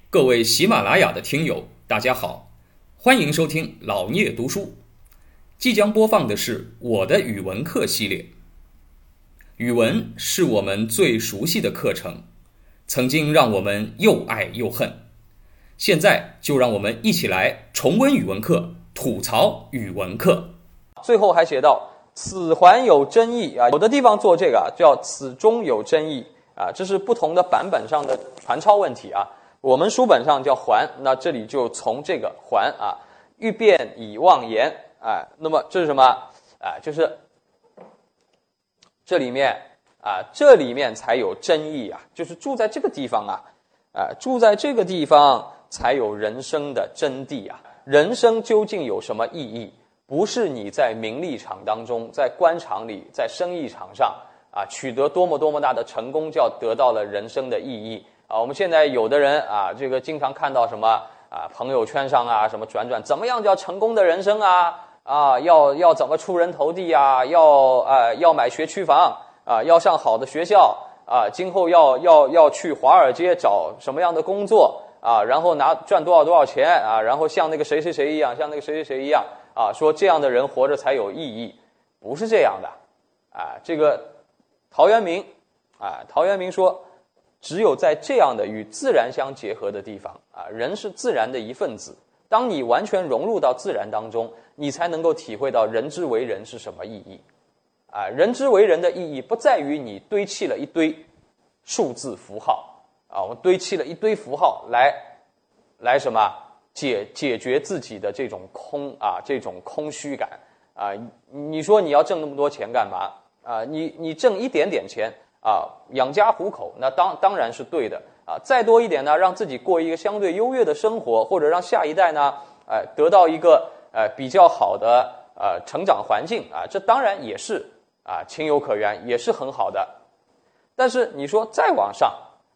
各位喜马拉雅的听友，大家好，欢迎收听老聂读书。即将播放的是我的语文课系列。语文是我们最熟悉的课程，曾经让我们又爱又恨。现在就让我们一起来重温语文课，吐槽语文课。 最后还写到此环有争议啊，有的地方做这个叫此中有争议啊，这是不同的版本上的传抄问题啊。我们书本上叫环，那这里就从这个环啊，欲辩以妄言啊，那么这是什么啊？就是这里面才有争议啊，就是住在这个地方住在这个地方才有人生的真谛啊。人生究竟有什么意义？不是你在名利场当中，在官场里，在生意场上取得多么大的成功，就要得到了人生的意义啊。我们现在有的人这个经常看到什么朋友圈上什么转怎么样叫成功的人生要怎么出人头地要买学区房要上好的学校今后要去华尔街找什么样的工作然后赚多少钱然后像那个谁一样，像那个谁一样说这样的人活着才有意义。不是这样的这个陶渊明说，只有在这样的与自然相结合的地方人是自然的一份子。当你完全融入到自然当中，你才能够体会到人之为人是什么意义人之为人的意义不在于你堆砌了一堆数字符号我们堆砌了一堆符号来什么解决自己的这种空虚感你说你要挣那么多钱干嘛你挣一点点钱养家糊口，那当然是对的再多一点呢，让自己过一个相对优越的生活，或者让下一代呢得到一个比较好的成长环境这当然也是情有可原，也是很好的。但是你说再往上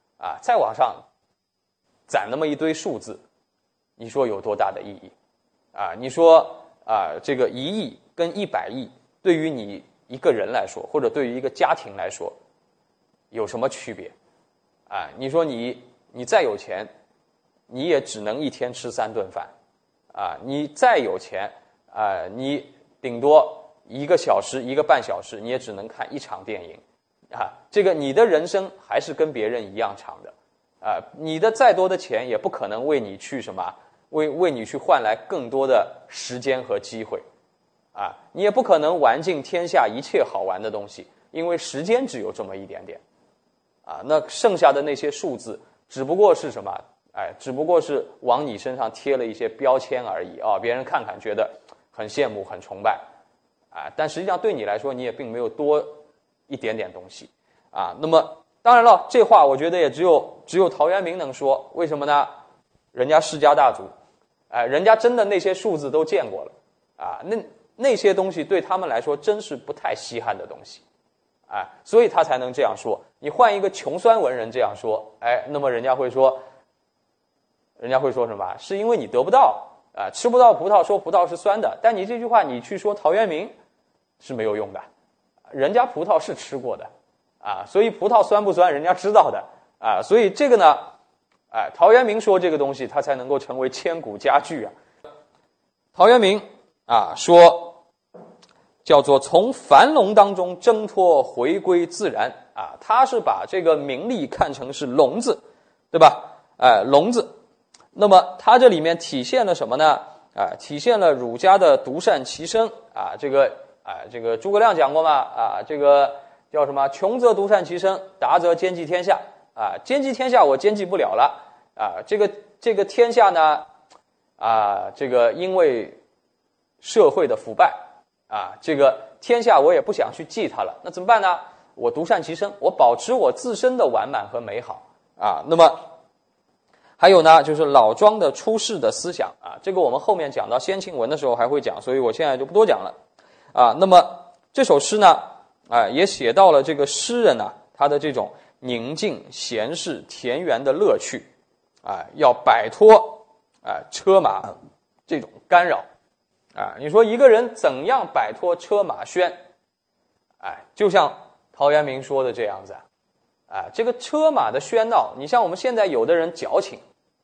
攒那么一堆数字，你说有多大的意义你说这个1亿跟100亿对于你一个人来说，或者对于一个家庭来说有什么区别你说你再有钱，你也只能一天吃3顿饭你再有钱你顶多1个小时1个半小时，你也只能看1场电影这个你的人生还是跟别人一样长的你的再多的钱也不可能为你去什么为你去换来更多的时间和机会你也不可能玩尽天下一切好玩的东西，因为时间只有这么一点点那剩下的那些数字只不过是什么只不过是往你身上贴了一些标签而已别人看看觉得很羡慕很崇拜但实际上对你来说你也并没有多一点点东西那么当然了，这话我觉得也只有陶渊明能说。为什么呢？人家世家大族人家真的那些数字都见过了那些东西对他们来说真是不太稀罕的东西所以他才能这样说。你换一个穷酸文人这样说那么人家会说什么？是因为你得不到吃不到葡萄说葡萄是酸的。但你这句话你去说陶渊明是没有用的，人家葡萄是吃过的所以葡萄酸不酸人家知道的所以这个呢陶渊明说这个东西他才能够成为千古佳句陶渊明说叫做从樊笼当中挣脱回归自然他是把这个名利看成是笼子，对吧笼子。那么他这里面体现了什么呢体现了儒家的独善其身这个诸葛亮讲过嘛这个叫什么？穷则独善其身，达则兼济天下兼济天下我兼济不了了这个天下呢这个因为社会的腐败这个天下我也不想去记它了，那怎么办呢？我独善其身，我保持我自身的完满和美好那么还有呢，就是老庄的出世的思想这个我们后面讲到先秦文的时候还会讲，所以我现在就不多讲了那么这首诗呢也写到了这个诗人他的这种宁静闲适田园的乐趣要摆脱车马这种干扰你说一个人怎样摆脱车马喧就像陶渊明说的这样子这个车马的喧闹，你像我们现在有的人矫情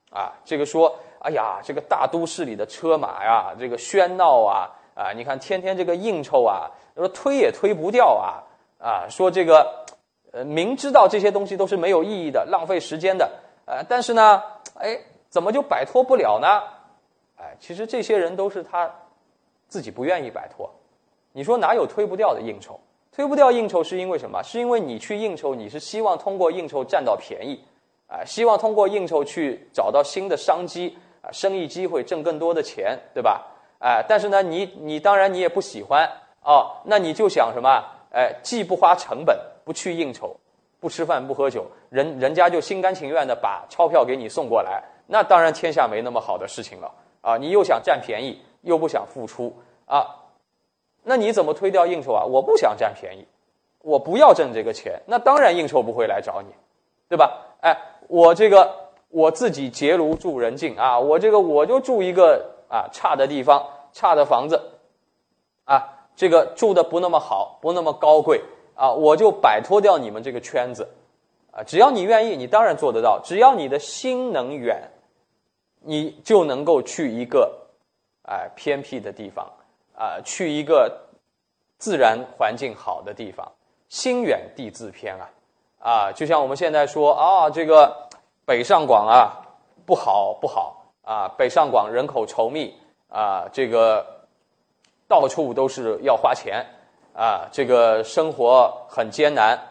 这个说，哎呀，这个大都市里的车马呀，这个喧闹你看天天这个应酬说推也推不掉说这个明知道这些东西都是没有意义的，浪费时间的，但是呢，怎么就摆脱不了呢？其实这些人都是他自己不愿意摆脱。你说哪有推不掉的应酬？推不掉应酬是因为什么？是因为你去应酬，你是希望通过应酬占到便宜，希望通过应酬去找到新的商机，生意机会，挣更多的钱，对吧？但是呢，你当然你也不喜欢那你就想什么？既不花成本，不去应酬，不吃饭不喝酒，人家就心甘情愿的把钞票给你送过来，那当然天下没那么好的事情了你又想占便宜，又不想付出那你怎么推掉应酬我不想占便宜，我不要挣这个钱，那当然应酬不会来找你，对吧？我自己结庐住人境我就住一个差的地方，差的房子这个住的不那么好，不那么高贵我就摆脱掉你们这个圈子只要你愿意，你当然做得到，只要你的心能远，你就能够去一个偏僻的地方去一个自然环境好的地方，心远地自偏就像我们现在说这个北上广不好北上广人口稠密这个到处都是要花钱这个生活很艰难。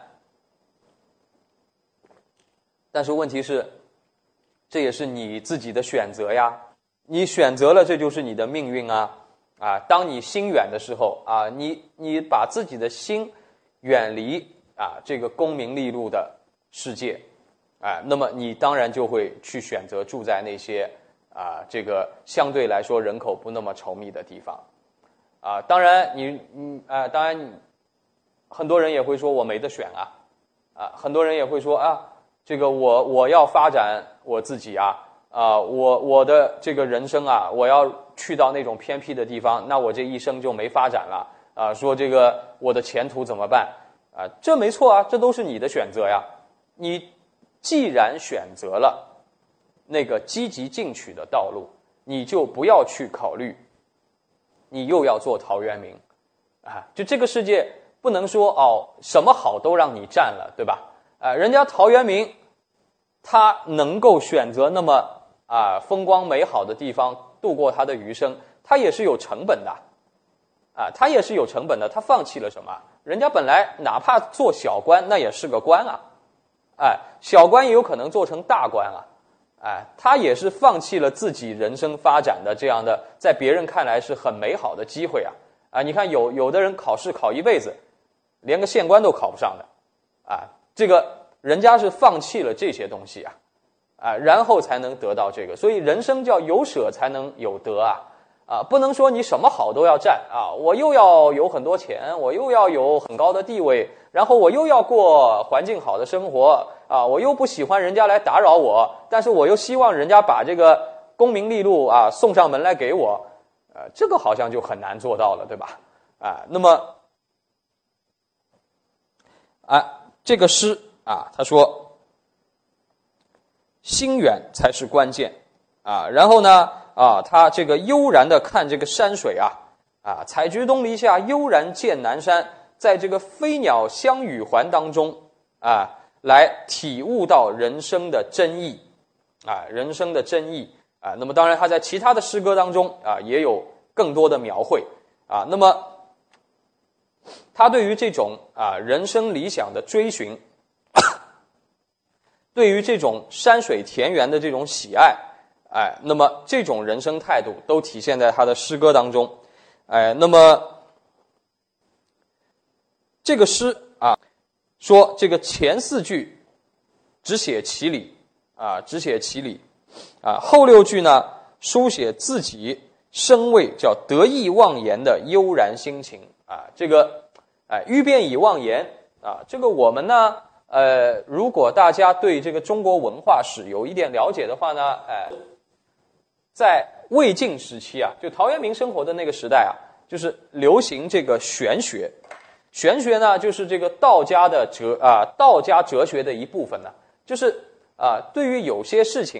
但是问题是，这也是你自己的选择呀，你选择了，这就是你的命运当你心远的时候你把自己的心远离这个功名利禄的世界那么你当然就会去选择住在那些这个相对来说人口不那么稠密的地方当然当然很多人也会说我没得选很多人也会说这个我要发展我自己我的这个人生我要去到那种偏僻的地方，那我这一生就没发展了说这个我的前途怎么办这没错这都是你的选择呀。你既然选择了那个积极进取的道路，你就不要去考虑你又要做陶渊明就这个世界不能说什么好都让你占了，对吧？人家陶渊明他能够选择那么风光美好的地方度过他的余生，他也是有成本的他也是有成本的。他放弃了什么？人家本来哪怕做小官，那也是个官小官也有可能做成大官他也是放弃了自己人生发展的这样的在别人看来是很美好的机会你看有的人考试考一辈子，连个县官都考不上的这个人家是放弃了这些东西然后才能得到这个。所以人生叫有舍才能有得不能说你什么好都要占我又要有很多钱，我又要有很高的地位，然后我又要过环境好的生活我又不喜欢人家来打扰我，但是我又希望人家把这个功名利禄送上门来给我这个好像就很难做到了，对吧？那么这个诗他说心远才是关键然后呢他这个悠然的看这个山水采菊东篱下，悠然见南山，在这个飞鸟相与还当中来体悟到人生的真意人生的真意那么当然他在其他的诗歌当中也有更多的描绘那么他对于这种人生理想的追寻对于这种山水田园的这种喜爱那么这种人生态度都体现在他的诗歌当中那么这个诗说这个前4句只写其理只写其理后6句呢书写自己生为叫得意忘言的悠然心情这个欲辨已忘言这个我们呢如果大家对这个中国文化史有一点了解的话呢在魏晋时期就陶渊明生活的那个时代就是流行这个玄学。玄学呢就是这个道家哲学的一部分呢，就是对于有些事情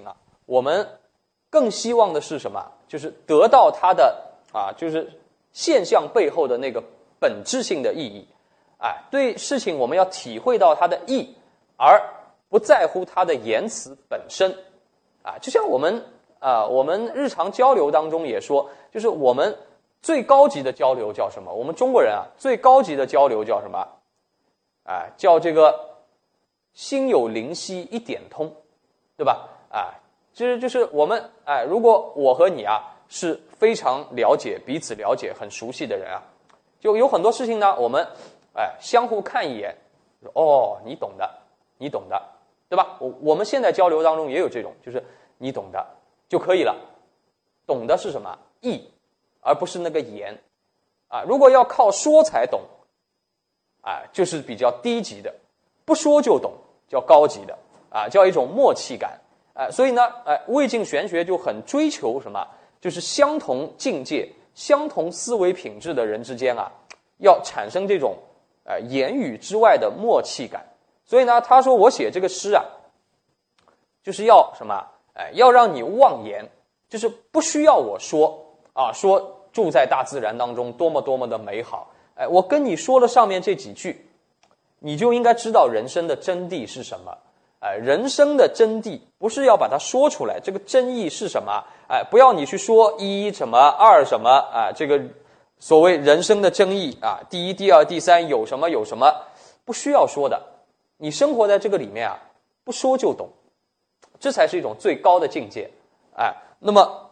我们更希望的是什么？就是得到它的就是现象背后的那个本质性的意义。对事情我们要体会到它的意，而不在乎它的言辞本身。就像我们日常交流当中也说，就是我们最高级的交流叫什么？我们中国人最高级的交流叫什么？叫这个心有灵犀一点通，对吧？就是我们如果我和你是非常了解彼此了解很熟悉的人就有很多事情呢，我们相互看一眼，你懂的，你懂的，对吧？我们现在交流当中也有这种，就是你懂的就可以了。懂的是什么？意，而不是那个言如果要靠说才懂就是比较低级的，不说就懂叫高级的叫一种默契感所以呢魏晋玄学就很追求什么？就是相同境界相同思维品质的人之间要产生这种言语之外的默契感。所以呢他说我写这个诗就是要什么？要让你忘言，就是不需要我说说住在大自然当中多么多么的美好。我跟你说了上面这几句，你就应该知道人生的真谛是什么。人生的真谛不是要把它说出来，这个真意是什么？不要你去说一什么二什么这个所谓人生的真意第一第二第三有什么有什么，不需要说的。你生活在这个里面不说就懂，这才是一种最高的境界。那么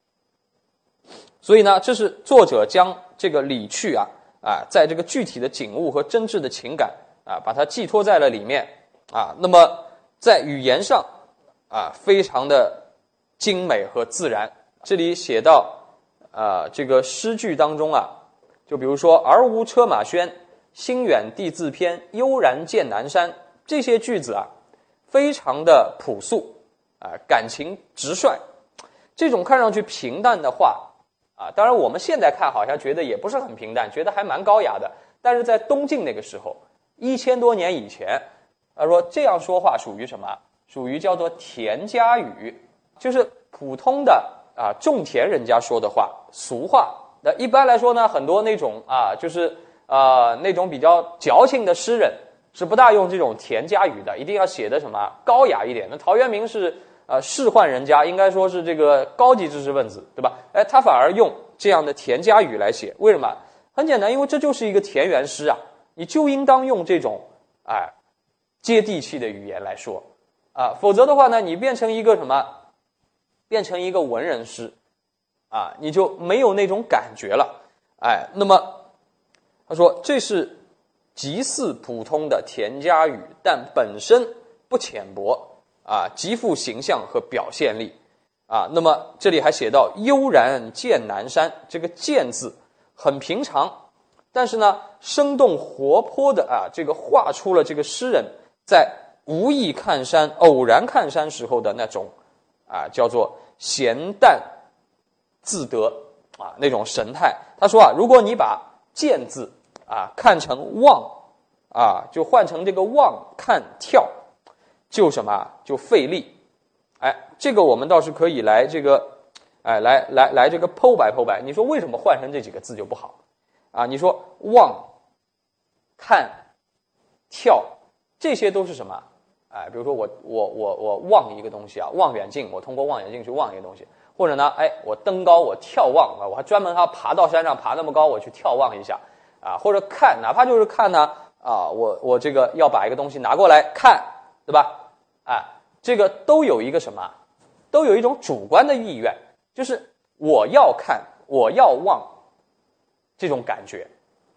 所以呢，这是作者将这个理趣在这个具体的景物和真挚的情感把它寄托在了里面那么在语言上非常的精美和自然。这里写到这个诗句当中就比如说而无车马喧，心远地自偏，悠然见南山，这些句子非常的朴素感情直率。这种看上去平淡的话当然我们现在看好像觉得也不是很平淡，觉得还蛮高雅的，但是在东晋那个时候1000多年以前，他说这样说话属于什么？属于叫做田家语，就是普通的种田人家说的话，俗话。那一般来说呢，很多那种就是那种比较矫情的诗人是不大用这种田家语的，一定要写的什么高雅一点。那陶渊明是仕宦人家，应该说是这个高级知识分子，对吧？他反而用这样的田家语来写，为什么？很简单，因为这就是一个田园诗你就应当用这种接地气的语言来说否则的话呢，你变成一个什么？变成一个文人诗你就没有那种感觉了。那么他说这是极似普通的田家语，但本身不浅薄极富形象和表现力那么这里还写到悠然见南山，这个见字很平常，但是呢生动活泼的这个画出了这个诗人在无意看山偶然看山时候的那种叫做闲淡自得那种神态。他说如果你把见字看成望就换成这个望看跳，就什么就费力。这个我们倒是可以来这个来这个剖白。你说为什么换成这几个字就不好你说望看跳这些都是什么比如说我望一个东西望远镜，我通过望远镜去望一个东西，或者呢我登高我眺望我还专门爬到山上爬那么高我去眺望一下或者看，哪怕就是看呢我这个要把一个东西拿过来看，对吧这个都有一个什么？都有一种主观的意愿，就是我要看我要望这种感觉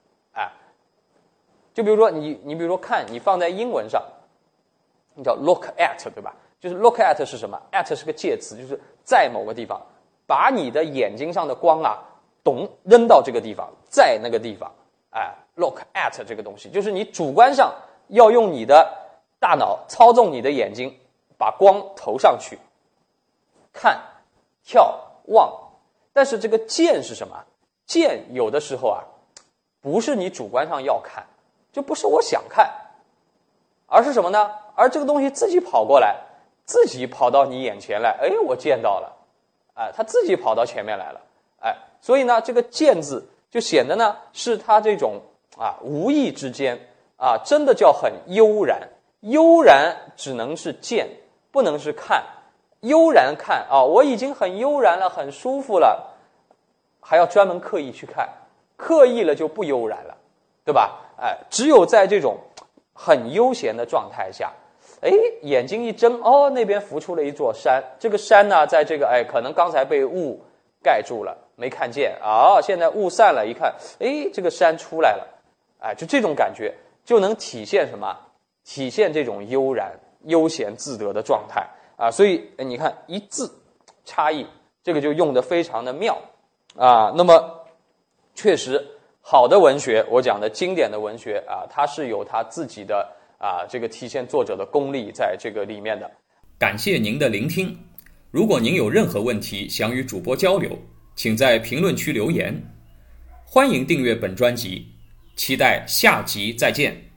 就比如说你比如说看，你放在英文上你叫 look at， 对吧？就是 look at 是什么？ at 是个介词，就是在某个地方，把你的眼睛上的光扔到这个地方，在那个地方look at 这个东西就是你主观上要用你的大脑操纵你的眼睛把光投上去，看眺望。但是这个见是什么？见有的时候不是你主观上要看，就不是我想看，而是什么呢？而这个东西自己跑过来， 自己跑到你眼前来，哎，我见到了，哎，他自己跑到前面来了，哎，所以呢，这个见字就显得呢是他这种无意之间真的叫很悠然，悠然只能是见，不能是看。悠然看我已经很悠然了，很舒服了，还要专门刻意去看，刻意了就不悠然了，对吧？哎，只有在这种很悠闲的状态下，哎，眼睛一睁，那边浮出了一座山，这个山呢，在这个可能刚才被雾盖住了，没看见现在雾散了，一看，哎，这个山出来了，哎，就这种感觉就能体现什么？体现这种悠然、悠闲自得的状态。所以你看一字差异，这个就用得非常的妙那么确实好的文学，我讲的经典的文学它是有它自己的这个体现作者的功力在这个里面的。 感谢您的聆听，如果您有任何问题想与主播交流，请在评论区留言。欢迎订阅本专辑，期待下集再见。